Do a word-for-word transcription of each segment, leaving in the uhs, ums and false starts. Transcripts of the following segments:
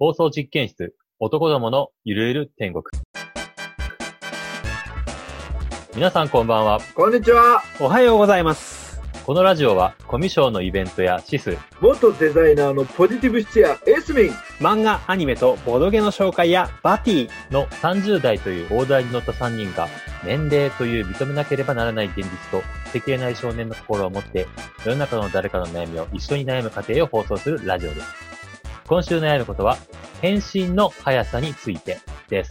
放送実験室、男どものゆるゆる天国。皆さんこんばんは。 こんにちは。 おはようございます。 このラジオはコミュ障のイベントやシス、 元デザイナーのポジティブシチアエスミン、 漫画、アニメとボドゲの紹介やバティのさんじゅう代という大台に乗ったさんにんが、年齢という認めなければならない現実と捨てきれない少年の心を持って世の中の誰かの悩みを一緒に悩む過程を放送するラジオです。今週悩むことは返信の速さについてです。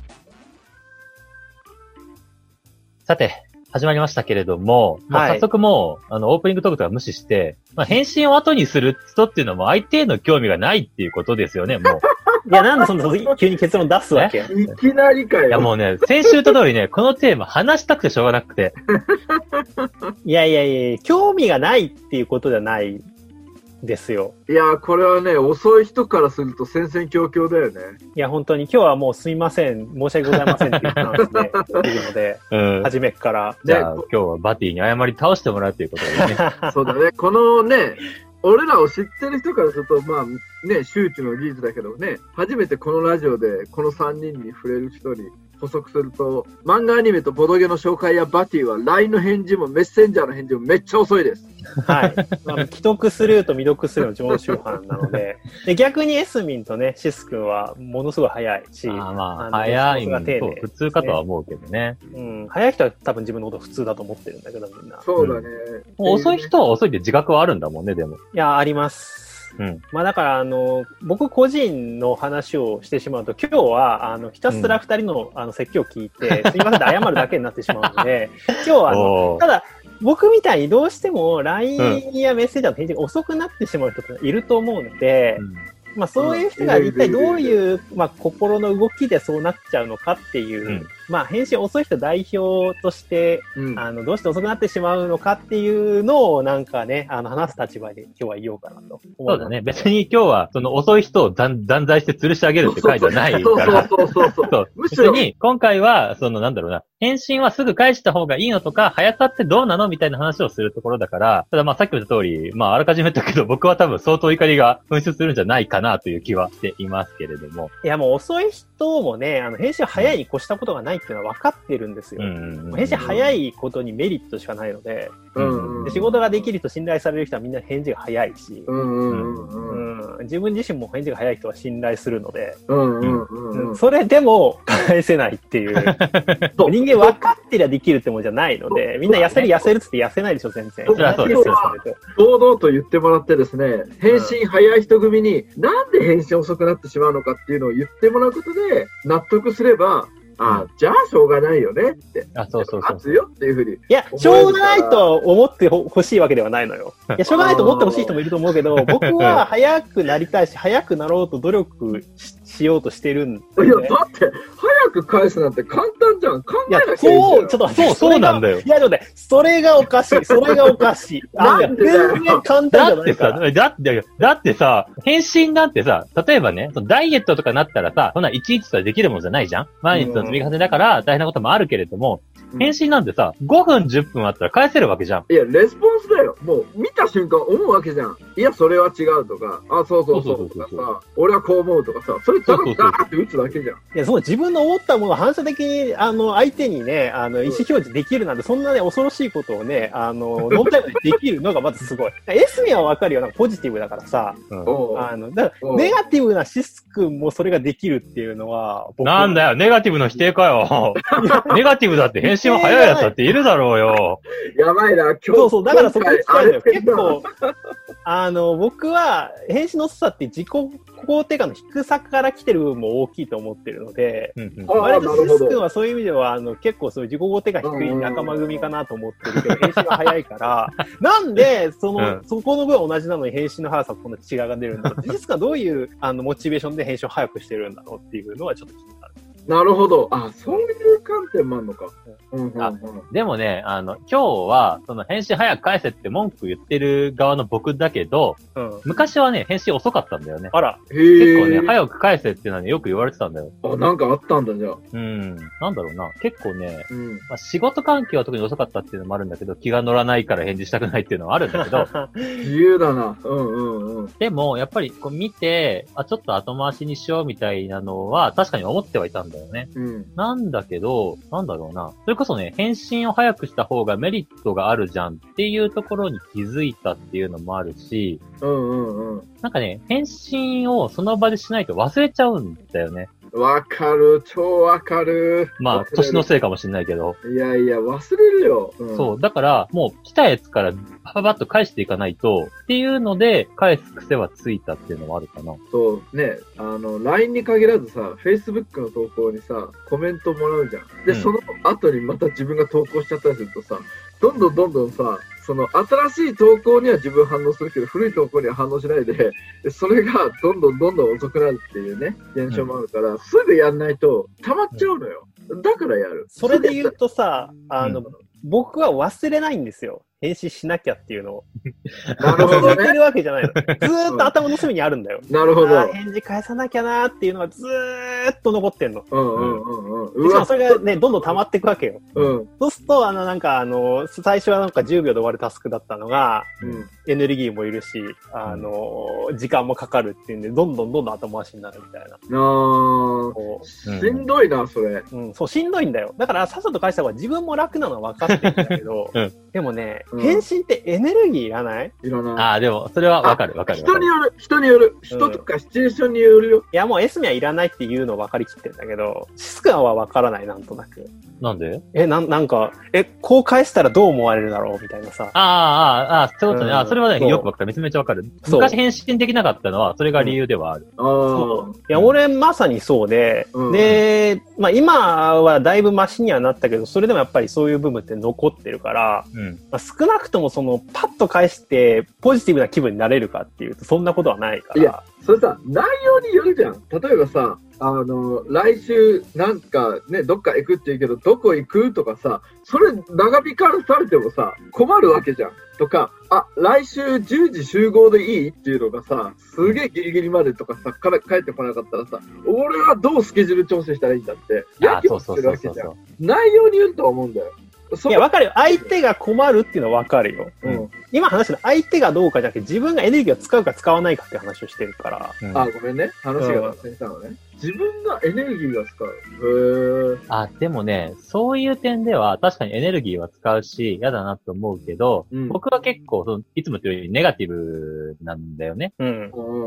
さて始まりましたけれども、まあ、早速もう、はい、あの、オープニングトークとか無視して、まあ、返信を後にする人っていうのも相手への興味がないっていうことですよね、もう。 いや、なんでそんな急に結論出すわけ？ いきなりかよ。 いや、もうね、先週と通りね、このテーマ話したくてしょうがなくて。 いやいやいや、興味がないっていうことじゃないですよ。 いや、これはね、遅い人からすると戦々恐々だよね。 いや、本当に今日はもうすみません、申し訳ございませんって言ったんですね。いるので、うん、初めから。 じゃあ、今日はバティに謝り倒してもらうということでね。 そうだね。このね、俺らを知ってる人からすると、まあね、周知の事実だけどね、初めてこのラジオでこのさんにんに触れる人に補足すると、漫画アニメとボドゲの紹介やバティは ライン の返事もメッセンジャーの返事もめっちゃ遅いです。 はい。あの既読スルーと未読スルーの常習犯なので、で逆にエスミンとね、シス君はものすごい早いし、 あまあ、早いのと普通かとは思うけどね。 うん。早い人は多分自分のこと普通だと思ってるんだけど、みんな。 そうだね。 うん、遅い人は遅いって自覚はあるんだもんね、でも。 いや、あります。うん、まあだからあの僕個人の話をしてしまうと今日はあのひたすら二人の、うん、あの説教を聞いてすいませんって謝るだけになってしまうので今日はあのただ僕みたいにどうしても ライン やメッセージの返事が遅くなってしまう人っていると思うので、うんまあそういう人が一体どういう、まあ心の動きでそうなっちゃうのかっていう、うん、まあ返信遅い人代表として、うん、あの、どうして遅くなってしまうのかっていうのをなんかね、あの話す立場で今日は言おうかなと思そうだね。別に今日はその遅い人を断罪して吊るしてあげるって回ではないから。 そうそうそうそうそう。 むしろに今回はそのなんだろうな、返信はすぐ返した方がいいのとか、速さってどうなのみたいな話をするところだから、ただまあさっきも言った通り、まああらかじめ言ったけど僕は多分相当怒りが噴出するんじゃないかなという気はしていますけれども。 いやもう遅い人もね、あの返信早いに越したことがないっていうのは分かってるんですよ。うんうんうん、返信早いことにメリットしかないので、うんうん、で仕事ができる人、信頼される人はみんな返事が早いし、うんうんうんうん、自分自身も返事が早い人は信頼するので、うんうんうんうん、それでも返せないっていう。人間分かってりゃできるってもんじゃないので、みんな痩せる痩せるって痩せないでしょ、全然。 そうですよ。堂々と言ってもらってですね、返信早い人組に、なんで返信遅くなってしまうのかっていうのを言ってもらうことで、納得すれば、ああ、じゃあしょうがないよねって。 あ、そうそうそう。 勝つよっていうふうに。いや、しょうがないと思ってほしいわけではないのよ。いや、しょうがないと思ってほしい人もいると思うけど、僕は早くなりたいし、早くなろうと努力 し, しようとしてるんで、ね。 いや、だって、早く返すなんて簡単じゃん。考えなきゃいけない。 そう、ちょっとそう、そうなんだよ。いや、でもね、それがおかしい。それがおかしい。 なんでだよ。 全然簡単じゃないから。 だってさ、だってさ、返信なんてさ、例えばね、ダイエットとかなったらさ、そんないちいちとできるものじゃないじゃん。毎日の積み重ねだから、大変なこともあるけれども、うん、返信なんてさ、ごふんじゅっぷんあったら返せるわけじゃん。 いや、レスポンスだよ。もう、見た瞬間思うわけじゃん。いや、それは違うとか、あ、そうそうそうとかさ、俺はこう思うとかさ、それただガーって打つだけじゃん。いや、そう、自分の思ったものを反射的に、あの、相手にね、あの、意思表示できるなんて、そんなね、恐ろしいことをね、あの、ノンタイムでできるのがまずすごい。エスミはわかるよ。なんかポジティブだからさ、うん、あの、だからネガティブなシス君もそれができるっていうのは、 僕なんだよ、ネガティブの否定かよ。ネガティブだって返信は早いやつだっているだろうよ。 やばいな、今日。 そうそう、だからそこに近いのよ。結構、あの、僕は、返信の遅さって自己肯定感の低さから来てる部分も大きいと思ってるので、割とシス君はそういう意味では、あの、結構そういう自己肯定感低い仲間組かなと思ってるけど、返信が早いから、なんで、その、うん、そこの分同じなのに返信の速さはこんな違いが出るんだろう。シス君はどういう、あの、モチベーションで返信を早くしてるんだろうっていうのはちょっと気になる。 なるほど。あ、そういう観点もあんのか。うんうんうん、 あでもね、あの、今日は、その返信早く返せって文句言ってる側の僕だけど、うん、昔はね、返信遅かったんだよね。 あら。 結構ね、早く返せっていうのはね、よく言われてたんだよ。 あ、なんかあったんだ、じゃあ。 うん。なんだろうな。結構ね、うん、まあ、仕事関係は特に遅かったっていうのもあるんだけど、気が乗らないから返事したくないっていうのはあるんだけど。 自由だな。うんうんうん。 でも、やっぱりこう見て、あ、ちょっと後回しにしようみたいなのは、確かに思ってはいたんだよね。うん。なんだけど、なんだろうな。それこそね、返信を早くした方がメリットがあるじゃんっていうところに気づいたっていうのもあるし、 うんうんうん。 なんかね、返信をその場でしないと忘れちゃうんだよね。 わかる、超わかる。 まあ、年のせいかもしれないけど。 いやいや、忘れるよ。 うん、そう。だから、もう来たやつからパパパッと返していかないと、っていうので、返す癖はついたっていうのもあるかな。 そうね、あの、ライン に限らずさ、Facebook の投稿にさ、コメントもらうじゃん。で、うん、その後にまた自分が投稿しちゃったりするとさ、どんどんどんどんさ、その新しい投稿には自分反応するけど、古い投稿には反応しないで、でそれがどんどんどんどん遅くなるっていうね、現象もあるから、うん、すぐやんないと溜まっちゃうのよ。だからやる。 それで言うとさ、あの、うん、僕は忘れないんですよ。返信しなきゃっていうのを。 なるほどね。 忘れてるわけじゃないの。ずーっと頭の隅にあるんだよ。 なるほど。 返事返さなきゃなーっていうのがずーっと残ってんの。 うんうんうんうん。 しかもそれがね、どんどん溜まっていくわけよ。 うん。 そうすると、あの、なんか、あの、最初はなんかじゅうびょうで終わるタスクだったのが、うん、エネルギーもいるし、あの、時間もかかるっていうんで、どんどんどんどん後回しになるみたいな。あー。しんどいな、それ。 うん、そう、しんどいんだよ。だから、さっさと返した方が自分も楽なのは分かってるんだけど、うん、でもね、うん、返信ってエネルギーいらないいらない。 ああ、でも、それはわかるわかる。 人による、人による。人とかシチュエーションによるよ。うん、 いや、もうエスミはいらないっていうの分かりきってるんだけど、シスカは分からない、なんとなく。 なんでえ、なん、なんか、え、こう返したらどう思われるだろうみたいなさ。 ああ、ああ、ああ、そういうことね。うん、あそれはね、よくわかる。めちゃめちゃわかる。昔返信できなかったのは、それが理由ではある。 うん、そう。いや、俺まさにそうで、うん、で、まあ今はだいぶマシにはなったけど、それでもやっぱりそういう部分って残ってるから、うんまあ、少なくともその、パッと返して、ポジティブな気分になれるかっていうと、そんなことはないから。 いや、それさ、内容によるじゃん。例えばさ、あの、来週なんかね、どっか行くって言うけど、どこ行くとかさ、それ長引かされてもさ、困るわけじゃん。とか、あ、来週じゅうじ集合でいいっていうのがさ、すげえギリギリまでとかさ、から帰ってこなかったらさ、俺はどうスケジュール調整したらいいんだって、やきもするわけじゃん。内容によるとは思うんだよ。 いや、わかるよ。相手が困るっていうのはわかるよ。うん。今話した相手がどうかじゃなくて、自分がエネルギーを使うか使わないかって話をしてるから。 うん、あ、ごめんね。話が脱線したのね。うん、自分がエネルギーが使う。へー。 あ、でもね、そういう点では確かにエネルギーは使うし、嫌だなと思うけど、うん、僕は結構その、いつもというよりネガティブなんだよね。うん。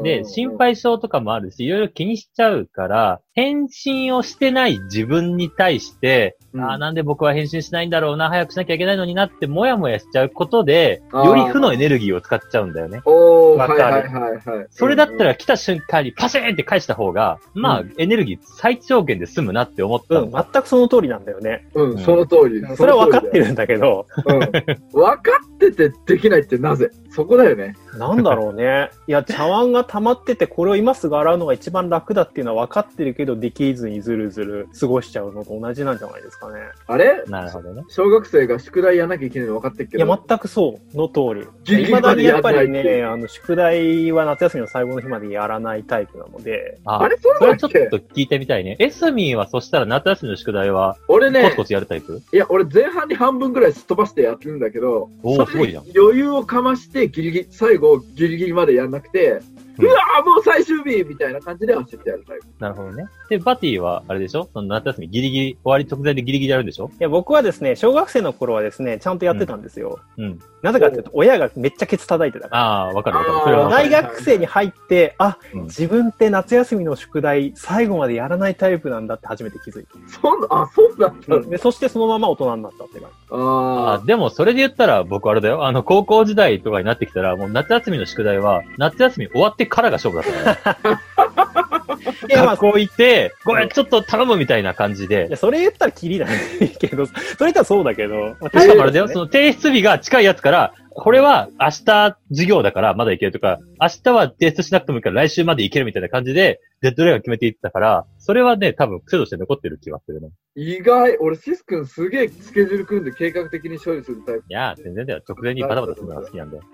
で、心配性とかもあるし、いろいろ気にしちゃうから、返信をしてない自分に対して、うん、あ、なんで僕は返信しないんだろうな、早くしなきゃいけないのになって、もやもやしちゃうことで、より負のエネルギーを使っちゃうんだよね。 おー、わかる。はいはいはいはい。 それだったら来た瞬間にパシーンって返した方が、まあ、うん、エネルギー最小限で済むなって思ったうん、全くその通りなんだよね。 うん、その通り。 それは分かってるんだけど。 うん。分かっててできないってなぜ？そこだよね。 なんだろうね。いや、茶碗が溜まってて、これを今すぐ洗うのが一番楽だっていうのは分かってるけど、できずにずるずる過ごしちゃうのと同じなんじゃないですかね。 あれ？ なるほどね。 小学生が宿題やらなきゃいけないの分かってるけど。 いや、全くそうの通り。いまだにやっぱりね、あの、宿題は夏休みの最後の日までやらないタイプなので。 あ、あれそうだっけ？それちょっと聞いてみたいね。エスミンはそしたら夏休みの宿題は、俺ね、コツコツやるタイプ？ いや、俺前半に半分ぐらいすっ飛ばしてやってるんだけど、 おー、すごいじゃん。 余裕をかましてギリギリ、最後ギリギリまでやんなくて、うわーもう最終日みたいな感じで走ってやるタイプ。 なるほどね。で、バティは、あれでしょ？その夏休みギリギリ、終わり直前でギリギリやるんでしょ？ いや、僕はですね、小学生の頃はですね、ちゃんとやってたんですよ。うん。うん、なぜかっていうと、親がめっちゃケツ叩いてたから。 ああ、わかるわかる。それは大学生に入って、あ、うん、自分って夏休みの宿題、最後までやらないタイプなんだって初めて気づいた。 そんな、あ、そうだった、うん、 で、そしてそのまま大人になったって感じ。 ああ、でもそれで言ったら、僕あれだよ。あの、高校時代とかになってきたら、もう夏休みの宿題は、夏休み終わってからが勝負だったね。いや、学校行って、ごめん、ちょっと頼むみたいな感じで。 いや、それ言ったらキリないけど、それ言ったらそうだけど。 まあ、確かにあれだよ、その提出日が近いやつから、 これは明日授業だからまだいけるとか、明日は提出しなくてもいいから来週までいけるみたいな感じで、デッドラインを決めていったから、それはね、多分癖として残ってる気はするね。 意外、俺シス君すげえスケジュール組んで計画的に処理するタイプ。 いやー、全然だよ。直前にバタバタするのが好きなんだよ。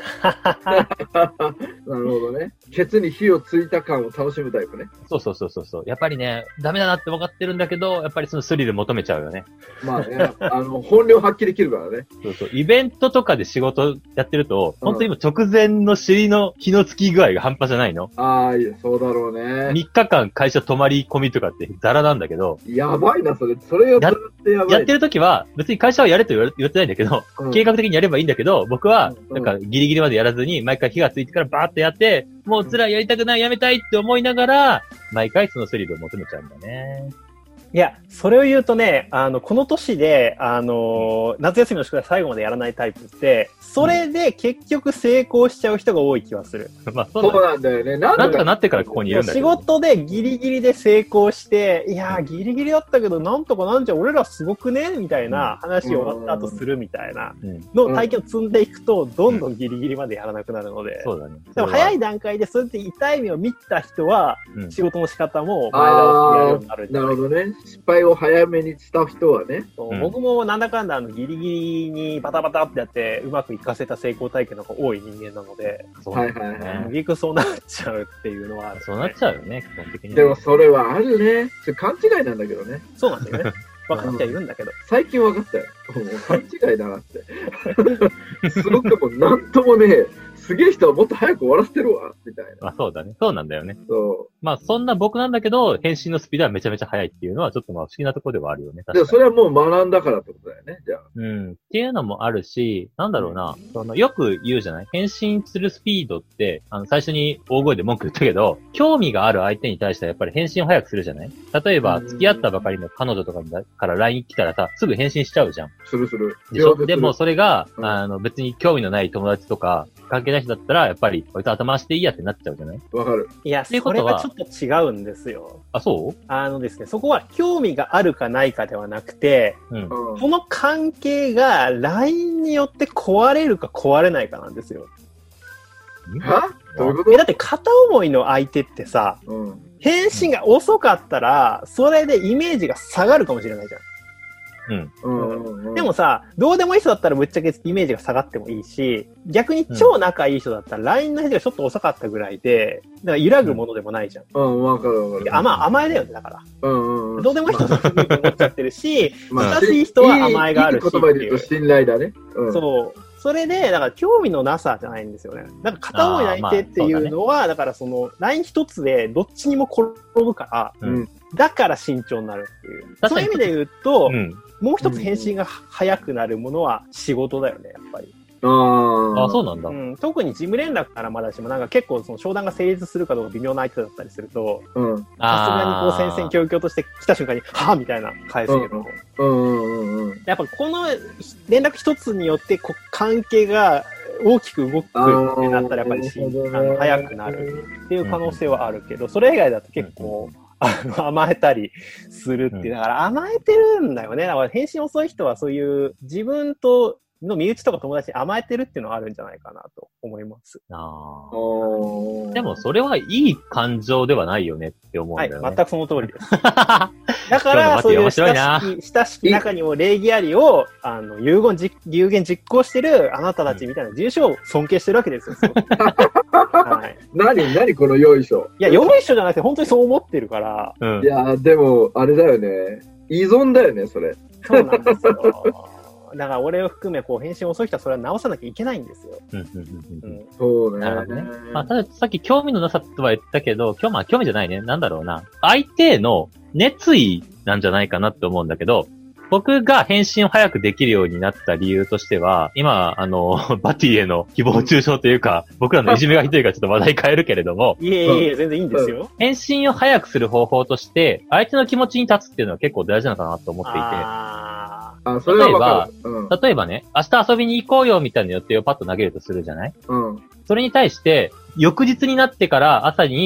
なるほどね。ケツに火をついた感を楽しむタイプね。 そうそうそうそうそう。やっぱりね、ダメだなって分かってるんだけど、やっぱりそのスリル求めちゃうよね。 まあね、あの、本領発揮できるからね。 そうそう。イベントとかで仕事やってると、本当に今直前の尻の火のつき具合が半端じゃないの。 ああ、いや、そうだろうね。 みっかかん会社泊まり込みとかってザラなんだけど。 やばいな、それ。それがずっとやばい。 やってる時は、別に会社はやれと言われてないんだけど、うん、計画的にやればいいんだけど、僕は、なんかギリギリまでやらずに、毎回火がついてからバーッとやって、もう辛いやりたくない、やめたいって思いながら、毎回そのスリルを求めちゃうんだね。 いや、それを言うとね、あの、この年で、あの、夏休みの宿題最後までやらないタイプって、それで結局成功しちゃう人が多い気はする。 まあ、 そうなんだよね。 なんとかなってからここにいるんだけど。 仕事でギリギリで成功して、いやー、ギリギリだったけど、なんとかなんじゃ、俺らすごくねみたいな話を終わった後するみたいなの体験を積んでいくと、どんどんギリギリまでやらなくなるので。 そうだね。 でも早い段階でそうやって痛い目を見た人は、仕事の仕方も前倒しやるようになるんじゃないかな。 なるほどね。失敗を早めにした人はね。 うん、僕もなんだかんだあのギリギリにバタバタってやってうまくいかせた成功体験の方が多い人間なので、 はいはいはい。 結局そうなっちゃうっていうのはある、ね。 そうなっちゃうよね、基本的に。 でもそれはあるね。勘違いなんだけどね。 そうなんだよね。分かっちゃいるんだけど。 最近分かったよ。もう勘違いだなって。すごくもうなんともね、すげえ人はもっと早く終わらせてるわ、みたいな。 まあそうだね。そうなんだよね。 そう。 まあそんな僕なんだけど、返信のスピードはめちゃめちゃ速いっていうのはちょっとまあ不思議なところではあるよね。 でもそれはもう学んだからってことだよね、じゃあ。 うん。っていうのもあるし、なんだろうな、そのよく言うじゃない？返信するスピードって、あの最初に大声で文句言ったけど、興味がある相手に対してはやっぱり返信を早くするじゃない？例えば、付き合ったばかりの彼女とかから ライン 来たらさ、すぐ返信しちゃうじゃん。 するする。 でしょ？でもそれが、うん、あの別に興味のない友達とか、関係ない人だったら、やっぱり、こいつ頭していいやってなっちゃうじゃない？ わかる。 いや、それはちょっと違うんですよ。 あ、そう？ あのですね、そこは興味があるかないかではなくて、うん、この関係が ライン によって壊れるか壊れないかなんですよ。 は？どういうこと？ だって片思いの相手ってさ、うん、返信が遅かったら、それでイメージが下がるかもしれないじゃん。 うん。 でもさ、どうでもいい人だったらぶっちゃけイメージが下がってもいいし、逆に超仲いい人だったら ライン の返事がちょっと遅かったぐらいで、だから揺らぐものでもないじゃん。 うん、わ、うん、かるわかる。 あ、まあ甘えだよね、だから。 うんうん。 どうでもいい人だと思っちゃってるし、まあ、親しい人は甘えがあるしっていう。 いい言葉で言うと信頼だね。 うん、そう。それで、だから興味のなさじゃないんですよね。なんか片思いの相手っていうのは、だ, ね、だからその、ライン 一つでどっちにも転ぶから、うん、だから慎重になるっていう。そういう意味で言うと、うん、もう一つ返信が早くなるものは仕事だよね、やっぱり。 ああ、そうなんだ、 うん。特に事務連絡からまだしも、なんか結構その商談が成立するかどうか微妙な相手だったりすると、さすがにこう戦々恐々として来た瞬間に、はぁみたいな返すけど、 うんうんうん、 やっぱこの連絡一つによってこう関係が大きく動くってなったらやっぱりし、あの早くなるっていう可能性はあるけど、それ以外だと結構、あの甘えたりするっていう、だから甘えてるんだよね。だから返信遅い人はそういう自分との身内とか友達に甘えてるっていうのはあるんじゃないかなと思います。 あでもそれはいい感情ではないよねって思うんだよね。 はい、全くその通りです。だからそういう親しき、親しき中にも礼儀ありを、あの、有言実、有言実行してるあなたたちみたいな人種を尊敬してるわけですよ。はい、 何何このよいしょ。 いや、よいしょじゃなくて本当にそう思ってるから。 うん、いや、でも、あれだよね。依存だよね、それ。 そうなんですよ。だから俺を含めこう返信遅い人はそれは直さなきゃいけないんですよ。 うんうんうんうん、 そうね。 なるほどね。まあ、たださっき興味のなさとは言ったけど、今日まあ興味じゃないね。なんだろうな。相手の熱意なんじゃないかなって思うんだけど、僕が返信を早くできるようになった理由としては、今、あの、バティへの誹謗中傷というか、僕らのいじめがひどいからちょっと話題変えるけれども。 いえいえ、全然いいんですよ。 返信を早くする方法として、相手の気持ちに立つっていうのは結構大事なのかなと思っていて。 ああ、それは例えば、 うん、 例えばね、明日遊びに行こうよみたいな予定をパッと投げるとするじゃない？ うん。 それに対して、翌日になってから朝に、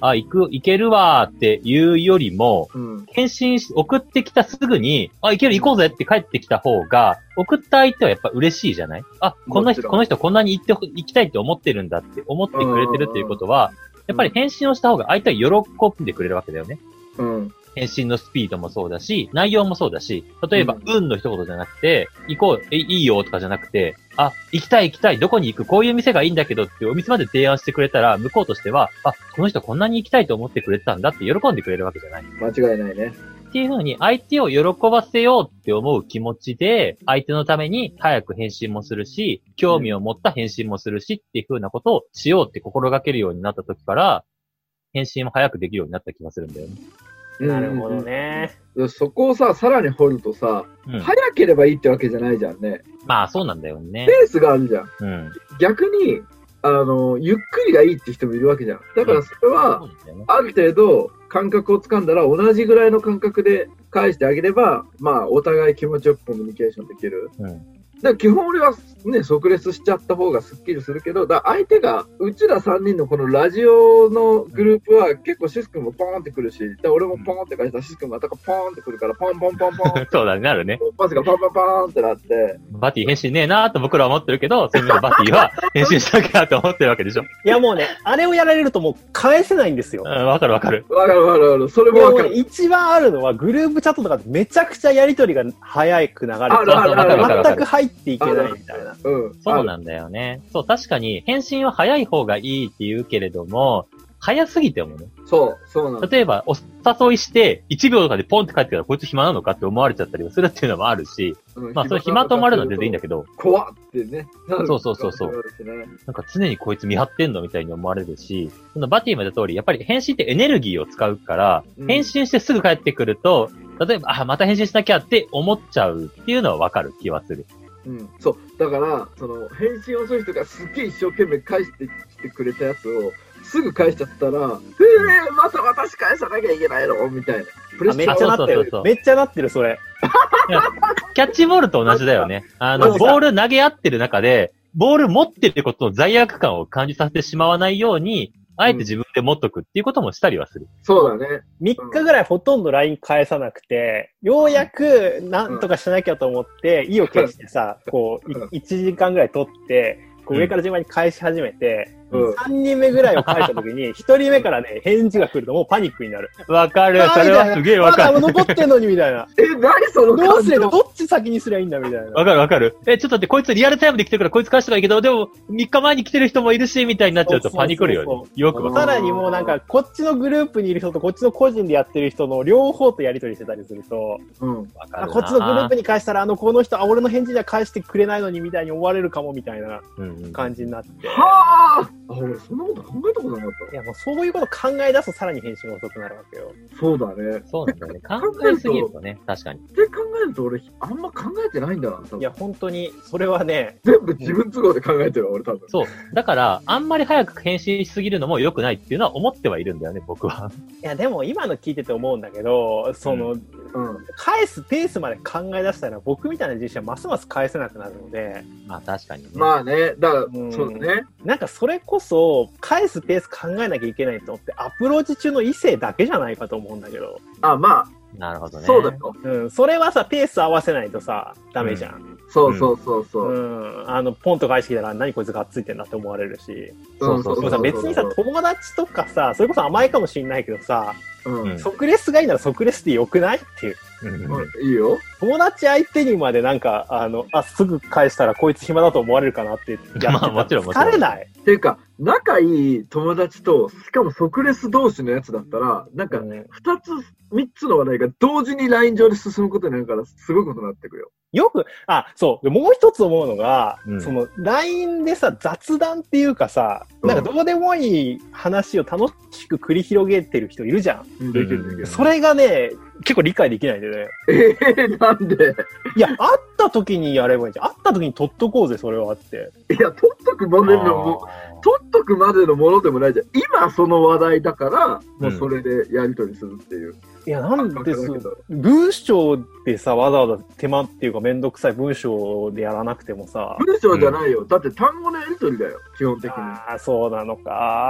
あ、行く、行けるわーっていうよりも、 うん。 返信し、送ってきたすぐに、あ、行ける行こうぜって帰ってきた方が、送った相手はやっぱ嬉しいじゃない？あ、この人、 もちろんこの人こんなに行って、行きたいって思ってるんだって思ってくれてるっていうことは、やっぱり返信をした方が相手は喜んでくれるわけだよね。 うん。 返信のスピードもそうだし、内容もそうだし、例えば、 うん運の一言じゃなくて、行こう、え、いいよとかじゃなくて、あ、行きたい行きたい、どこに行く、こういう店がいいんだけどってお店まで提案してくれたら、向こうとしては、あ、この人こんなに行きたいと思ってくれてたんだって喜んでくれるわけじゃない。 間違いないね。 っていう風に、相手を喜ばせようって思う気持ちで、相手のために早く返信もするし、興味を持った返信もするしっていう風なことをしようって心がけるようになった時から、返信も早くできるようになった気がするんだよね。 なるほどね。 うん、そこをさ、さらに掘るとさ、 うん、 早ければいいってわけじゃないじゃんね。 まあそうなんだよね。 ペースがあるじゃん。 うん。 逆に、あの、ゆっくりがいいって人もいるわけじゃん。だからそれは、うんね、ある程度感覚をつかんだら同じぐらいの感覚で返してあげれば、まあお互い気持ちよくコミュニケーションできる。うんだから基本俺はね、即レスしちゃった方がスッキリするけど、だ相手が、うちらさんにんのこのラジオのグループは結構シス君もポーンってくるし、だ俺もポーンって返したらシス君がまたポーンってくるから、ポンポンポンポン。 そうだね、なるね。 パスがパンパンパーンってなって。 バティ返信ねえなーと僕らは思ってるけど、そういう意味でバティは返信しなきゃと思ってるわけでしょ。 いやもうね、あれをやられるともう返せないんですよ。 うん、わかるわかる。 わかるわかるわかる。それもわかる。 一番あるのはグループチャットとかでめちゃくちゃやりとりが早く流れて全く入っていけないみたいな。 うん、 そうなんだよね。そう、確かに返信は早い方がいいって言うけれども、早すぎてもね。 そう、そうなんだ。 例えば、お誘いして、いちびょうとかでポンって帰ってきたら、こいつ暇なのかって思われちゃったりするっていうのもあるし、うん、まあ、それ暇と思われるのは全然いいんだけど。 怖ってね。 そうそうそうそう。なんか常にこいつ見張ってんのみたいに思われるし、そのバティも言った通り、やっぱり返信ってエネルギーを使うから、うん、返信してすぐ帰ってくると、例えば、あ、また返信しなきゃって思っちゃうっていうのはわかる気はする。 うん、そう。だから、その、返信をする人がすっげえ一生懸命返してきてくれたやつを、すぐ返しちゃったら、えー、また私返さなきゃいけないのみたいな。 プレッシャーめっちゃなってる。めっちゃなってる、それ。 キャッチボールと同じだよね。あの、ボール投げ合ってる中で、ボール持ってることの罪悪感を感じさせてしまわないように、あえて自分で持っとくっていうこともしたりはする。 そうだね。 みっかぐらいほとんど ライン 返さなくて、ようやくなんとかしなきゃと思って、意を決してさ、こう、いちじかんぐらい取って、こう上から順番に返し始めて、うん、さんにんめぐらいを返したときに、ひとりめからね、返事が来るともうパニックになる。 わかる。それはすげえわかる。 まだ残ってんのにみたいな。 え、何そのどうすればどっち先にすりゃいいんだみたいな。 わかるわかる。え、ちょっと待って、こいつリアルタイムで来てるからこいつ返したらいいけど、でもみっかまえに来てる人もいるし、みたいになっちゃうとパニクるよね。そうそうそう、よくわかる。 さらにもうなんか、こっちのグループにいる人とこっちの個人でやってる人の両方とやりとりしてたりすると、うん。わかるな。こっちのグループに返したら、あの、この人、あ、俺の返事じゃ返してくれないのにみたいに思われるかもみたいな感じになって。うんうん、 はぁあ、俺そんなこと考えたことなかった。 いや、もうそういうこと考え出すとさらに返信が遅くなるわけよ。 そうだね。 そうなんだよね。考えすぎるとね、確かに。 って考えると俺、あんま考えてないんだな、多分。 いや、本当に、それはね。 全部自分都合で考えてるわ、俺多分。 そう。だから、あんまり早く返信しすぎるのも良くないっていうのは思ってはいるんだよね、僕は。 いや、でも今の聞いてて思うんだけど、その、うんうん、返すペースまで考え出したら、僕みたいな人種はますます返せなくなるので。 まあ確かにね。 まあね、だから、うん、そうだね。 なんかそれこそ、返すペース考えなきゃいけないと思って、アプローチ中の異性だけじゃないかと思うんだけど。 あ、まあ。 なるほどね。 そうだよ。 うん。それはさ、ペース合わせないとさ、ダメじゃん。うん、 そうそうそうそう。 うん。あの、ポンと返してきたら、何こいつがっついてんだって思われるし。そうそうそうそう。別にさ、友達とかさ、それこそ甘いかもしんないけどさ、うん。即レスがいいなら即レスでよくないっていう。 うん、いいよ。 友達相手にまでなんか、あの、あ、すぐ返したらこいつ暇だと思われるかなってやってたら疲れない。 っていうか、仲いい友達と、しかも即レス同士のやつだったら、なんか、二つ、三つの話題が同時に ライン 上で進むことになるから、すごいことになってくよ。 よく、あ、そう。もう一つ思うのが、うん、その、ライン でさ、雑談っていうかさ、なんかどうでもいい話を楽しく繰り広げてる人いるじゃん。うん、うん、それがね、結構理解できないでね。 えー、なんでいや、会った時にやればいいじゃん。会った時に取っとこうぜ、それはって。 いや、取っとくまでのも、取っとくまでのものでもないじゃん。今その話題だから、もうそれでやり取りするっていう。うん、 いや、なんです、文章でさ、わざわざ手間っていうかめんどくさい文章でやらなくてもさ。 文章じゃないよ。うん、だって単語のやり取りだよ、基本的に。 ああ、そうなのか。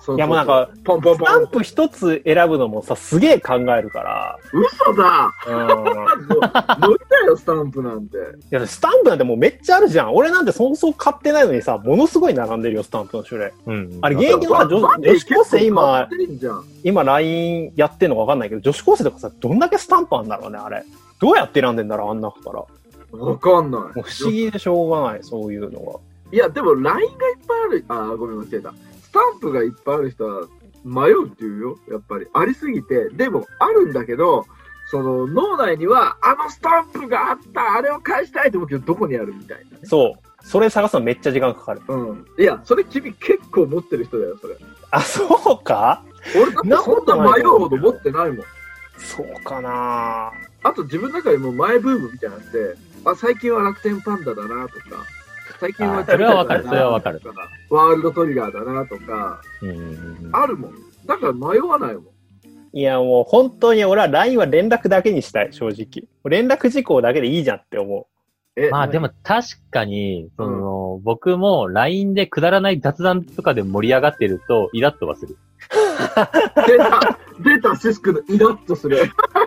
そうそう。 いやもうなんか、 ポンポンポン。 スタンプ一つ選ぶのもさ、すげえ考えるから。 嘘だうん。 無理だよ、スタンプなんて。いや、スタンプなんてもうめっちゃあるじゃん。俺なんてそもそも買ってないのにさ、ものすごい並んでるよ、スタンプの種類。うん。あれ、現役のさ、女子高生今、今 ライン やってんのかわかんないけど、女子高生とかさ、どんだけスタンプあんだろうね、あれ。どうやって選んでんだろう、あん中から。 わかんない。もう不思議でしょうがない、そういうのは。 いや、でも ライン がいっぱいある。あ、ごめん、間違えた。スタンプがいっぱいある人は迷うって言うよ、やっぱり。ありすぎて。でも、あるんだけど、その、脳内には、あのスタンプがあった、あれを返したいと思うけど、どこにあるみたいな、ね。 そう。それ探すのめっちゃ時間かかる。 うん。いや、それ君結構持ってる人だよ、それ。 あ、そうか？ 俺だってそんな迷うほど持ってないもん。 そうかな。 あと自分の中でも前ブームみたいなのって、あ、最近は楽天パンダだなとか、最近はそれはわかる、それはわかる。 ワールドトリガーだなとか、うんうんうん、あるもん。だから迷わないもん。 いや、もう本当に俺は ライン は連絡だけにしたい、正直。連絡事項だけでいいじゃんって思う。 えまあでも確かに、その、うん、僕も ライン でくだらない雑談とかで盛り上がってるとイラッとはする。 出た出たシスクのイラッとする。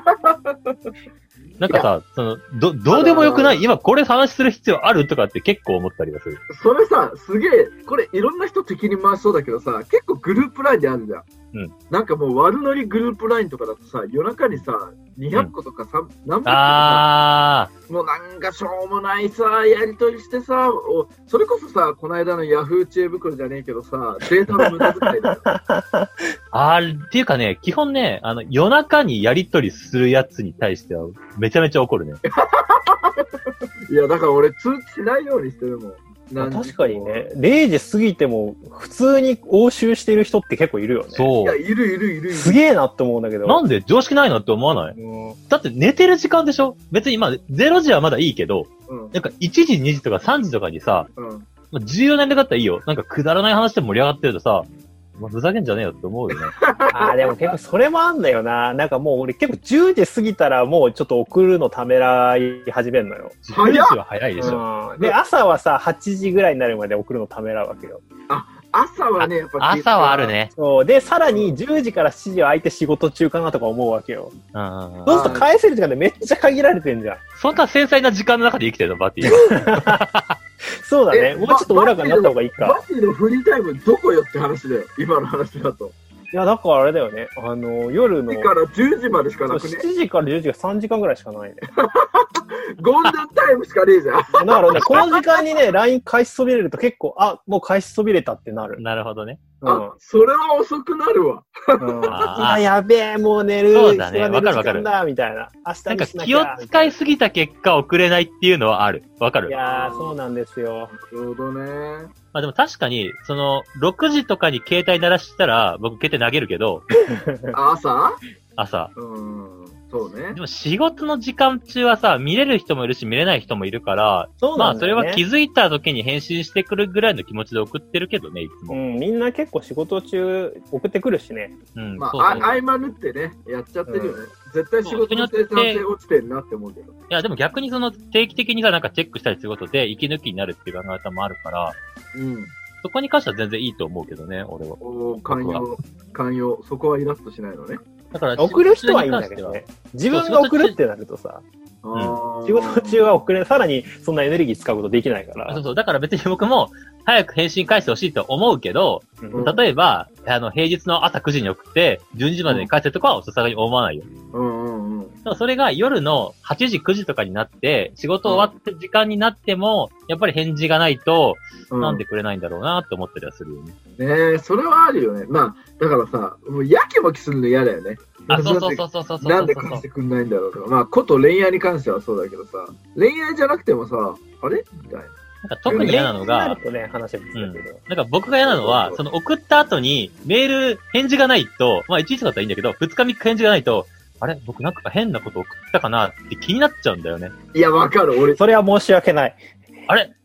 なんかさ、その、ど、どうでもよくない今これ話する必要あるとかって結構思ったりはする。 それさ、すげえ、これいろんな人敵に回しそうだけどさ、結構グループラインであるじゃん。うん。なんかもう悪ノリグループラインとかだとさ、夜中にさ、にひゃっことかさ、うん、何百個とかさ、もうなんかしょうもないさ、やりとりしてさ、おそれこそさ、この間のヤフー知恵袋じゃねえけどさ、データの無駄遣いだよ。 あー、っていうかね、基本ね、あの、夜中にやりとりするやつに対しては、めちゃめちゃ怒るね。 いや、だから俺通知しないようにしてるもん。 確かにね、れいじ過ぎても普通に応酬してる人って結構いるよね。 そう。 いや、いるいるいるいる。 すげえなって思うんだけど。 なんで常識ないなって思わない？うん、だって寝てる時間でしょ？別にまあれいじはまだいいけど、うん、なんかいちじ、にじとかさんじとかにさ、うん、まあ、重要な連絡だったらいいよ。なんかくだらない話で盛り上がってるとさ、まあ、ふざけんじゃねえよって思うよね。 ああ、でも結構それもあんだよな。なんかもう俺結構じゅうじ過ぎたらもうちょっと送るのためらい始めるのよ。 じゅうじは早いでしょ。 うん、で、朝はさ、はちじぐらいになるまで送るのためらうわけよ。 あ、朝はね、やっぱ朝はあるね。 そう。で、さらにじゅうじからしちじは相手仕事中かなとか思うわけよ。うん。そうすると返せる時間でめっちゃ限られてんじゃん。 そんな繊細な時間の中で生きてるの、バティは。 そうだね。もうちょっとおおらかになった方がいいか。 バティのフリータイムどこよって話だよ。今の話だと。 いや、だからあれだよね。あの、夜の。 しちじからじゅうじまでしかなくね。 しちじからじゅうじがさんじかんぐらいしかないね。 ゴールデンタイムしかねえじゃん。だからね、この時間にね、ライン 返しそびれると結構、あ、もう返しそびれたってなる。 なるほどね。 うん、あ、それは遅くなるわ。 うん、あ、やべえ、もう寝る。 そうだね。わかるわかる。 みたいな。明日なんか気を使いすぎた結果遅れないっていうのはある。わかる。 いやー、そうなんですよ。 なるほどね。 まあでも確かに、その、ろくじとかに携帯鳴らしたら、僕携帯投げるけど。 朝朝。 うん。そうね。 でも仕事の時間中はさ、見れる人もいるし見れない人もいるから、そうなんだよね、まあそれは気づいた時に返信してくるぐらいの気持ちで送ってるけどね、いつも。 うん、みんな結構仕事中送ってくるしね。 うん。まあ、そうそうあ合間縫ってね、やっちゃってるよね。うん、絶対仕事の生産性落ちてるなって思うけど。いや、でも逆にその定期的にさ、なんかチェックしたりすることで息抜きになるっていう考え方もあるから、うん。そこに関しては全然いいと思うけどね、俺は。 おー、寛容、寛容。そこはイラッとしないのね。 だから送る人はいいんだけどね。自分が送るってなるとさ、うん、仕事中は送れ、さらにそんなエネルギー使うことできないから。 そうそう。だから別に僕も早く返信返してほしいと思うけど、うん、例えば、あの、平日の朝くじに送って、じゅうにじまでに返せとかはさすがに思わないよ。うんうんうん。それが夜のはちじ、くじとかになって、仕事終わって時間になっても、やっぱり返事がないと、なんでくれないんだろうなって思ったりはするよね。 ねえ、それはあるよね。まあ、だからさ、もうやきもきするの嫌だよね。 あ、そうそうそうそうそうそう。 なんで返してくんないんだろうとか。まあ、こと恋愛に関してはそうだけどさ、恋愛じゃなくてもさ、あれみたいな。 なんか特に嫌なのが、 うん、なんか僕が嫌なのは、その送った後にメール返事がないと、まあいちにちだったらいいんだけど、ふつかみっか返事がないと、あれ僕なんか変なこと送ったかなって気になっちゃうんだよね。 いや、わかる。俺。 それは申し訳ない。 あれ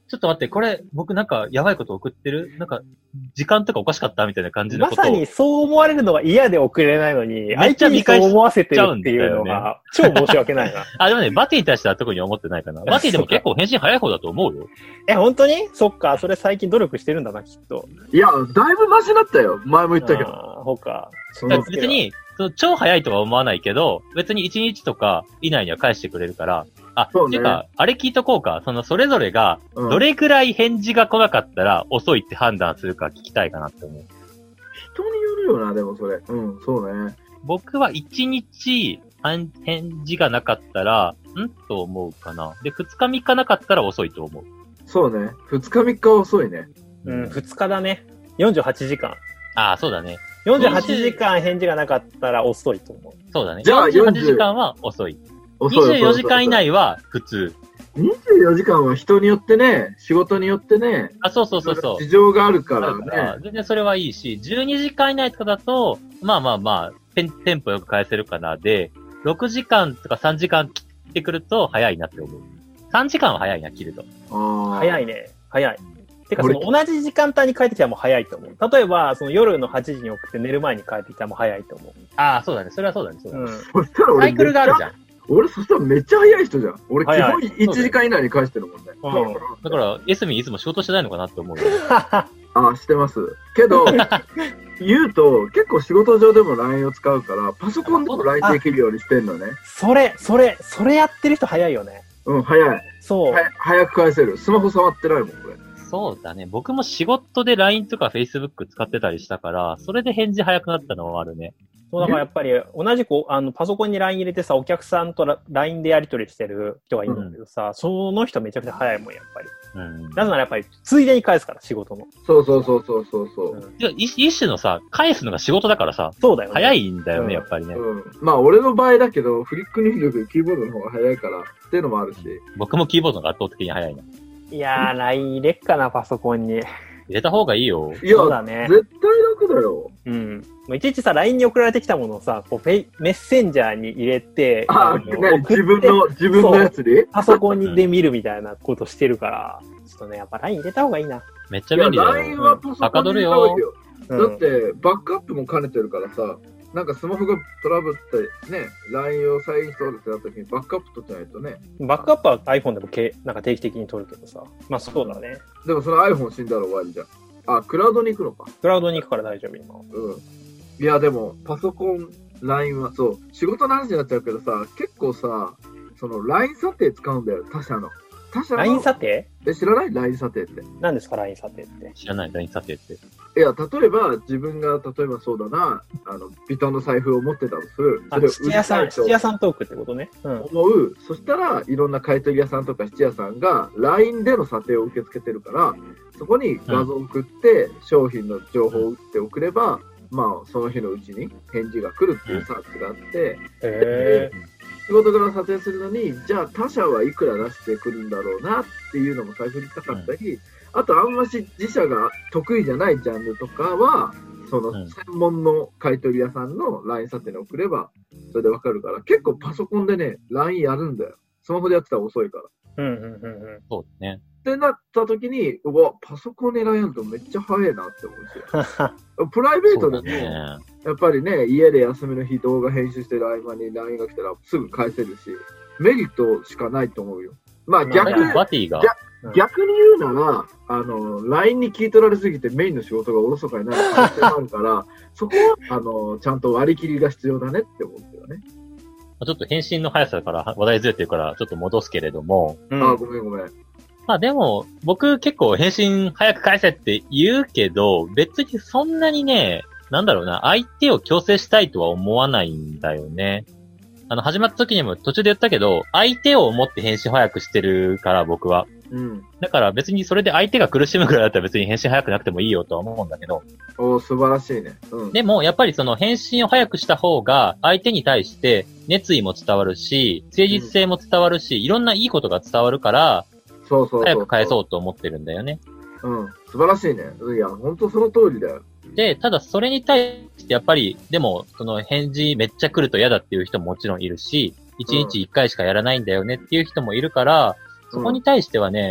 ちょっと待って、これ、僕なんか、やばいこと送ってるなんか、時間とかおかしかったみたいな感じのことを。 まさにそう思われるのが嫌で送れないのに、相手にそう思わせてるっていうのが、超申し訳ないな。 あ、でもね、バティに対しては特に思ってないかな。バティでも結構返信早い方だと思うよ。 え、本当にそっか、それ最近努力してるんだな、きっと。 いや、だいぶマシになったよ。前も言ったけど。 ああ、ほか。 別に、その超早いとは思わないけど、別にいちにちとか以内には返してくれるから、あ、ね、てか、あれ聞いとこうか。その、それぞれが、どれくらい返事が来なかったら遅いって判断するか聞きたいかなって思う。 人によるよな、でもそれ。うん、そうね。 僕はいちにち返事がなかったら、んと思うかな。で、ふつかみっかなかったら遅いと思う。 そうね。ふつかみっかは遅いね。 うん、ふつかだね。よんじゅうはちじかん。 ああ、そうだね。 よんじゅうはちじかん返事がなかったら遅いと思う。 そうだね。じゃあよんじゅうはちじかんは遅い。にじゅうよじかん以内は普通。 にじゅうよじかんは人によってね、仕事によってね。 あ、そうそうそうそう。 事情があるからね。 全然それはいいし、じゅうにじかん以内とかだと、まあまあまあ、テン、テンポよく返せるかな。で、ろくじかんとかさんじかん切ってくると早いなって思う。さんじかんは早いな、切ると。 あ早いね。早い。てか、その同じ時間帯に帰ってきたらもう早いと思う。例えば、その夜のはちじに送って寝る前に帰ってきたらもう早いと思う。 ああ、そうだね。それはそうだね。そうだね。うん。 そしたら俺サイクルがあるじゃん。 俺、そしたらめっちゃ早い人じゃん。俺、基本いちじかん以内に返してるもんね。 うん、だから、エスミンいつも仕事してないのかなって思うよ。 ああ、してます。けど、言うと、結構仕事上でも ライン を使うから、パソコンでも ライン できるようにしてんのね。 それ、それ、それやってる人早いよね。 うん、早い。 そう。 は早く返せる。スマホ触ってないもん、これ。 そうだね。僕も仕事で ライン とか Facebook 使ってたりしたから、それで返事早くなったのはあるね。 そう、だからやっぱり、同じく、あの、パソコンに ライン 入れてさ、お客さんと ライン でやり取りしてる人がいるんだけどさ、うん、その人めちゃくちゃ早いもん、やっぱり。うん。なぜならやっぱり、ついでに返すから、仕事の。 そうそうそうそうそうそう。うん、 一種のさ、返すのが仕事だからさ、 そうだよね。 早いんだよね、うん、やっぱりね。 うん。まあ、俺の場合だけど、フリック入力キーボードの方が早いから、っていうのもあるし。 僕もキーボードが圧倒的に早いな。 いやー、ライン 入れっかな、パソコンに。 入れた方がいいよ。 いや、そうだね。絶対楽だよ。 うん。いちいちさ、ライン に送られてきたものをさ、こうメッセンジャーに入れて、 ああ、ね、自分の、自分のやつでパソコンで見るみたいなことしてるから、ちょっとね、やっぱ ライン 入れた方がいいな。 めっちゃ便利だよ。 ライン はパソコンで入れた方がいいよ。だって、バックアップも兼ねてるからさ、なんかスマホがトラブってね、ライン を再インストールってなった時にバックアップ取ってないとね。 バックアップは iPhone でもけなんか定期的に取るけどさ。まあそうだね。 でもその iPhone 死んだら終わりじゃん。あ、クラウドに行くのか。 クラウドに行くから大丈夫今。 うん。いやでも、パソコン、ライン はそう、仕事の話になっちゃうけどさ、結構さ、その ライン 査定使うんだよ、他社の。他社の。 ライン 査定え、知らない ライン 査定って。 何ですか ライン 査定って。 知らない ライン 査定って。 いや、例えば、自分が、例えばそうだな、あの、ビトンの財布を持ってたとする。 あ、質屋さん、質屋さんトークってことね。 うん。思う。そしたら、いろんな買い取り屋さんとか質屋さんが、ライン での査定を受け付けてるから、そこに画像を送って、うん、商品の情報を打って送れば、まあ、その日のうちに返事が来るっていうサービスがあって、 へー。 仕事から査定するのに、じゃあ他社はいくら出してくるんだろうなっていうのも最初に言いたかったり、うん、あとあんまし自社が得意じゃないジャンルとかは、その専門の買い取り屋さんの ライン 査定に送れば、それでわかるから、結構パソコンでね、ライン やるんだよ。スマホでやってたら遅いから。 うんうんうんうん。 そうですね。 ってなった時に、うわ、パソコンで ライン やるとめっちゃ早いなって思うんですよ。プライベートでも、ね、やっぱりね、家で休みの日動画編集してる合間に ライン が来たらすぐ返せるし、メリットしかないと思うよ。まあ逆に、 バティが逆に言うなら、あの、ライン に聞い取られすぎてメインの仕事がおろそかになる可能性もあるから、そこは、あの、ちゃんと割り切りが必要だねって思うんですよね。 ちょっと返信の速さから話題ずれてるからちょっと戻すけれども。 うん、あ、ごめんごめん。 まあでも、僕結構返信早く返せって言うけど、別にそんなにね、なんだろうな、相手を強制したいとは思わないんだよね。あの、始まった時にも途中で言ったけど、相手を思って返信早くしてるから僕は。 うん。 だから別にそれで相手が苦しむくらいだったら別に返信早くなくてもいいよとは思うんだけど。 おー、素晴らしいね。うん。 でも、やっぱりその返信を早くした方が、相手に対して熱意も伝わるし、誠実性も伝わるし、うん、いろんないいことが伝わるから、 そうそうそうそう。 早く返そうと思ってるんだよね。 うん。素晴らしいね。いや、ほんとその通りだよ。 で、ただそれに対してやっぱり、でも、その返事めっちゃ来ると嫌だっていう人ももちろんいるし、一日一回しかやらないんだよねっていう人もいるから、そこに対してはね、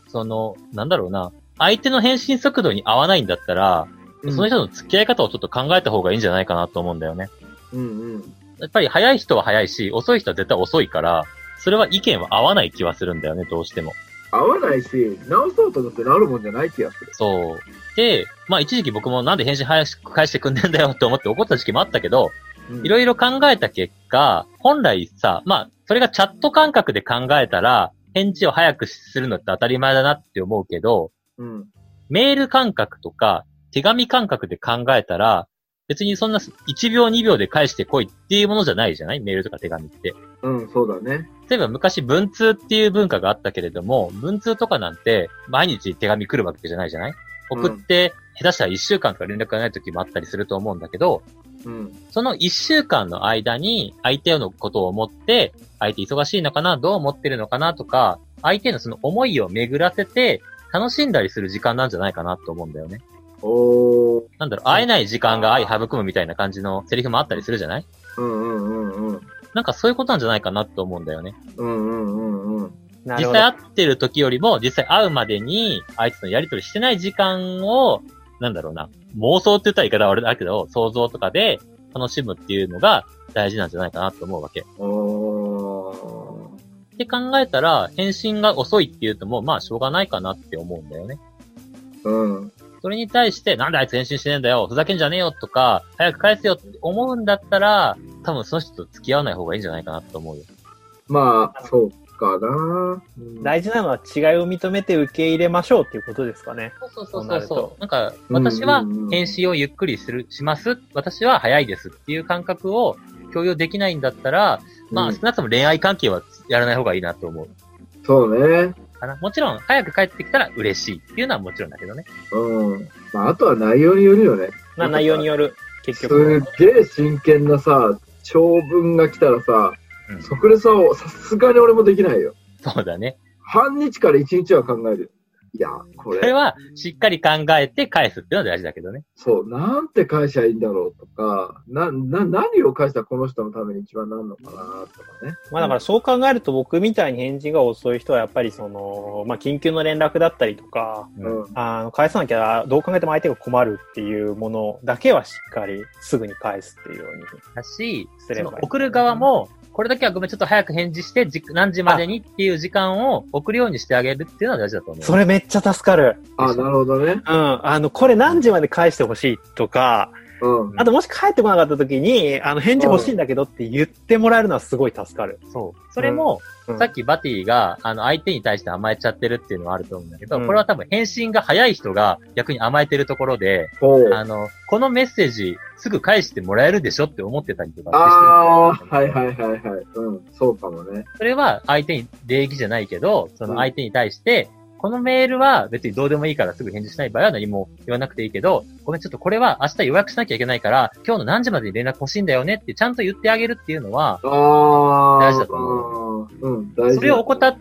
その、なんだろうな、相手の返信速度に合わないんだったら、うん、その人の付き合い方をちょっと考えた方がいいんじゃないかなと思うんだよね。 うんうん。 やっぱり早い人は早いし、遅い人は絶対遅いから、それは意見は合わない気はするんだよね、どうしても。 合わないし、直そうと思ってなるもんじゃない気がする。 そう。で、まあ一時期僕もなんで返信早く返してくんねんだよって思って怒った時期もあったけど、いろいろ考えた結果、本来さ、まあ、それがチャット感覚で考えたら、返事を早くするのって当たり前だなって思うけど、 うん、 メール感覚とか、手紙感覚で考えたら、別にそんないちびょうにびょうで返してこいっていうものじゃないじゃない？メールとか手紙って。 うん、そうだね。 例えば昔文通っていう文化があったけれども、文通とかなんて毎日手紙来るわけじゃないじゃない？送って、下手したらいっしゅうかんとか連絡がない時もあったりすると思うんだけど、 うん、 そのいっしゅうかんの間に相手のことを思って、相手忙しいのかな？どう思ってるのかな？とか、相手のその思いを巡らせて楽しんだりする時間なんじゃないかなと思うんだよね。 おー。 なんだろう、会えない時間が愛育むみたいな感じのセリフもあったりするじゃない？ うんうんうんうん。 なんかそういうことなんじゃないかなと思うんだよね。 うんうんうんうん。 実際会ってる時よりも、実際会うまでに相手とのやりとりしてない時間を、なんだろうな、妄想って言ったら言い方はあれだけど、想像とかで楽しむっていうのが大事なんじゃないかなと思うわけ。 おー。 って考えたら、返信が遅いっていうとも、まあしょうがないかなって思うんだよね。 うん。 それに対して、なんであいつ返信してねえんだよ、ふざけんじゃねえよとか、早く返せよって思うんだったら、多分その人と付き合わない方がいいんじゃないかなと思うよ。 まあ、そうかな、うん。 大事なのは違いを認めて受け入れましょうっていうことですかね。 そうそうそうそう。なんか、私は返信をゆっくりする、します。私は早いですっていう感覚を共有できないんだったら、まあ、少なくとも恋愛関係はやらない方がいいなと思う。 そうね。 かな。もちろん、早く帰ってきたら嬉しいっていうのはもちろんだけどね。 うん。まあ、あとは内容によるよね。 まあ、内容による。結局。 すっげえ真剣なさ、長文が来たらさ、うん、そこでさ、さすがに俺もできないよ。 そうだね。 半日から一日は考える。いや、これ。 これは、しっかり考えて返すっていうのは大事だけどね。 そう、なんて返しゃいいんだろうとか、な、な、何を返したらこの人のために一番なるのかなとかね。 まあだからそう考えると僕みたいに返事が遅い人はやっぱりその、まあ緊急の連絡だったりとか、うん、あの返さなきゃどう考えても相手が困るっていうものだけはしっかりすぐに返すっていうように。 だし、すれば送る側も、これだけはごめんちょっと早く返事して、じ何時までにっていう時間を送るようにしてあげるっていうのは大事だと思う。 それめっちゃ助かる。 あ、なるほどね。 うん。あの、これ何時まで返してほしいとか、うん。あともし帰ってこなかった時に、あの、返事欲しいんだけどって言ってもらえるのはすごい助かる。 そう。それも、うん、さっきバティが、あの、相手に対して甘えちゃってるっていうのはあると思うんだけど、うん、これは多分返信が早い人が逆に甘えてるところで、あの、このメッセージすぐ返してもらえるでしょって思ってたりとかしてる。 ああ、はいはいはいはい。うん、そうかもね。 それは相手に礼儀じゃないけど、その相手に対して、うんこのメールは別にどうでもいいからすぐ返事しない場合は何も言わなくていいけど、ごめんちょっとこれは明日予約しなきゃいけないから、今日の何時までに連絡欲しいんだよねってちゃんと言ってあげるっていうのは、大事だと思う。うん、大事。それを怠って、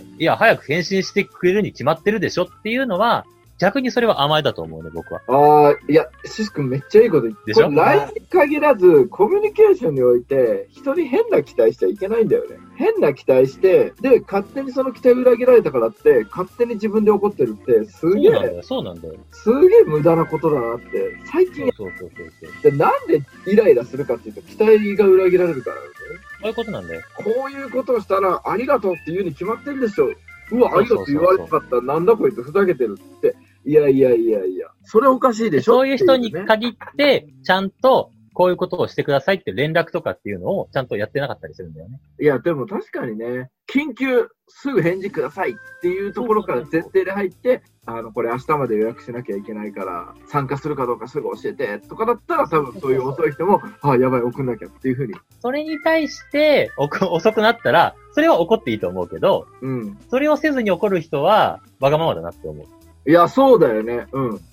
いや、早く返信してくれるに決まってるでしょっていうのは、逆にそれは甘えだと思うね、僕は。 ああ、いや、シス君めっちゃいいこと言って。でしょ？ ライン に限らず、コミュニケーションにおいて、人に変な期待しちゃいけないんだよね。変な期待して、で、勝手にその期待を裏切られたからって、勝手に自分で怒ってるって、すげえ、 そうなんだよ。 すげえ無駄なことだなって、最近、 そうそうそうそう。 で、なんでイライラするかっていうと、期待が裏切られるからなんだよね。 そういうことなんだよ。 こういうことをしたら、ありがとうって言うに決まってるでしょ。うわ、ありがとうって言われなかったら、なんだこいつふざけてるって。いやいやいやいや、それおかしいでしょ。 そういう人に限って、ちゃんとこういうことをしてくださいって連絡とかっていうのをちゃんとやってなかったりするんだよね。 いや、でも確かにね、緊急、すぐ返事くださいっていうところから前提で入って、あの、これ明日まで予約しなきゃいけないから、参加するかどうかすぐ教えてとかだったら、多分そういう遅い人も、ああ、やばい、送んなきゃっていうふうに。 それに対して、遅くなったら、それは怒っていいと思うけど、 うん。 それをせずに怒る人は、わがままだなって思う。 いや、そうだよね。うん。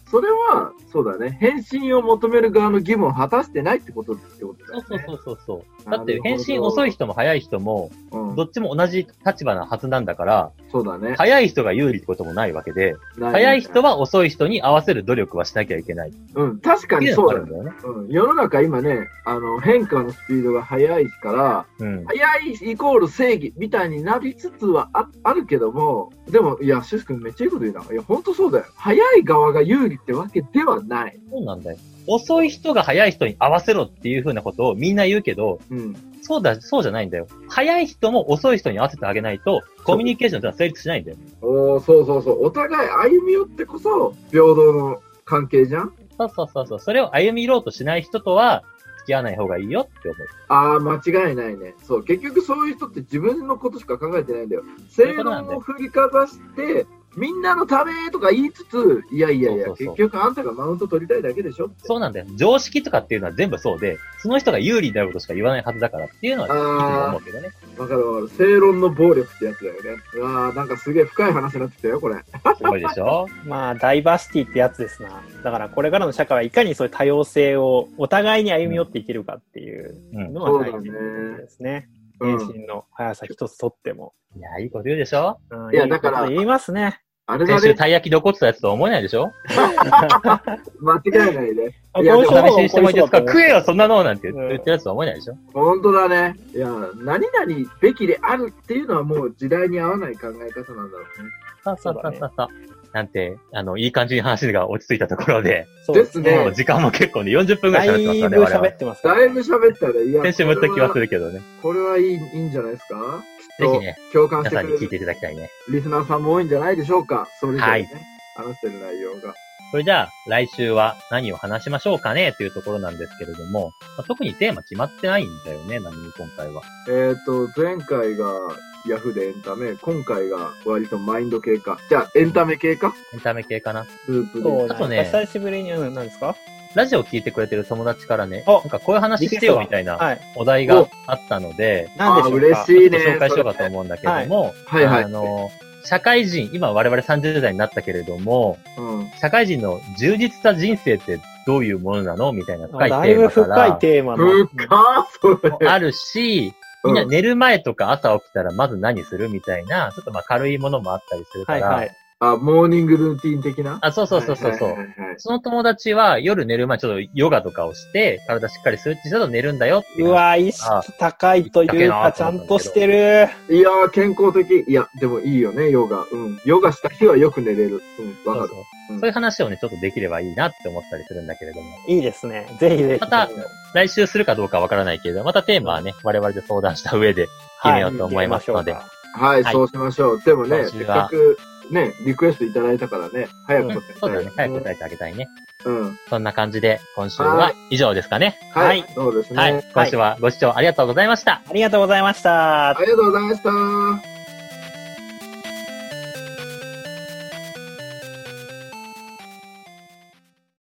それは、そうだね。返信を求める側の義務を果たしてないってことってことだよね。 そうそうそうそう。だって返信遅い人も早い人も、 うん、 どっちも同じ立場なはずなんだから、 そうだね。 早い人が有利ってこともないわけで、早い人は遅い人に合わせる努力はしなきゃいけない。 うん、確かにそうだよね。うん、世の中今ね、あの、変化のスピードが速いから、うん、速いイコール正義みたいになりつつは あ, あるけども、でも、いや、シュウス君めっちゃいいこと言うな。いや、ほんとそうだよ。速い側が有利ってわけではない。 そうなんだよ。遅い人が速い人に合わせろっていう風なことをみんな言うけど、うん、そうだ、そうじゃないんだよ。速い人も遅い人に合わせてあげないと、コミュニケーションってのは成立しないんだよ。 おー、そうそうそう。お互い歩み寄ってこそ、平等の関係じゃん？ そうそうそうそう。それを歩み寄ろうとしない人とは、付き合わない方がいいよって思う。 ああ、間違いないね。そう。結局そういう人って自分のことしか考えてないんだよ。正論を振りかざして、みんなのためとか言いつつ、いやいやいや、そうそうそう、結局あんたがマウント取りたいだけでしょって。 そうなんだよ。常識とかっていうのは全部そうで、その人が有利になることしか言わないはずだからっていうのは、いつも思うけどね。 わかるわかる。正論の暴力ってやつだよね。うわー、なんかすげえ深い話になってきたよ、これ。 すごいでしょまあ、ダイバーシティってやつですな。だからこれからの社会はいかにそういう多様性をお互いに歩み寄っていけるかっていうのは大事ですね。返信の速さ一つとっても。 いや、いいこと言うでしょ、 うん、いや、だから。言いますね。 あれだね。 先週たい焼きで怒ってたやつとは思えないでしょ間違いないね。 いや、でも試しにしてもいいですか？食えよ、そんなのなんて言ってるやつとは思えないでしょ、 うん、本当だね。いや、何々べきであるっていうのはもう時代に合わない考え方なんだろうね。 そうそうそうそう。そうなんて、あの、いい感じに話が落ち着いたところで。 そうですね。 もう時間も結構ね、よんじゅっぷんぐらい喋ってますからね。 だいぶ喋ってますね。 だいぶ喋ったね。いや、 先週も言った気はするけどね。 これはいい、いいんじゃないですか？ ぜひね、 共感してくれる皆さんに聞いていただきたいね。 リスナーさんも多いんじゃないでしょうか？それぞれね、はい、話してる内容が。 それじゃあ、来週は何を話しましょうかねというところなんですけれども、まあ、特にテーマ決まってないんだよね、何に今回は。 えっと、前回がヤフーでエンタメ、今回が割とマインド系か。じゃあ、エンタメ系か？ エンタメ系かな。 ループで。あとね、久しぶりに、何ですか？ ラジオを聞いてくれてる友達からね、なんかこういう話してよみたいなお題があったので、 何でしょうか？ 嬉しいね。 紹介しようかと思うんだけども、 はいはい。 あの、社会人、今我々さんじゅう代になったけれども、うん、社会人の充実した人生ってどういうものなのみたいな深いテーマから。だいぶ深いテーマの。深それ。 あるし、みんな寝る前とか朝起きたらまず何するみたいな、ちょっとまあ軽いものもあったりするから、はいはい、 あ、モーニングルーティン的な？ あ、そうそうそうそう。はいはいはいはい、その友達は夜寝る前ちょっとヨガとかをして、体しっかりするって言うと寝るんだよっていう。 うわ、意識高いというか、ちゃんとしてる。 いやー、健康的。いや、でもいいよね、ヨガ。うん。ヨガした日はよく寝れる。うん、わかる。そうそう、 うん。そういう話をね、ちょっとできればいいなって思ったりするんだけれども。 いいですね。ぜひぜひ。 また、来週するかどうかわからないけれど、またテーマはね、我々で相談した上で決めようと思いますので。 はい、はいはい、そうしましょう。でもね、せっかく、ね、リクエストいただいたからね、早く答えたい、 うん。そうだね、早く答えてあげたいね。 うん。 そんな感じで、今週は以上ですかね。 はい。はい、そうですね。 はい。今週はご視聴ありがとうございました。 ありがとうございました。 ありがとうございました。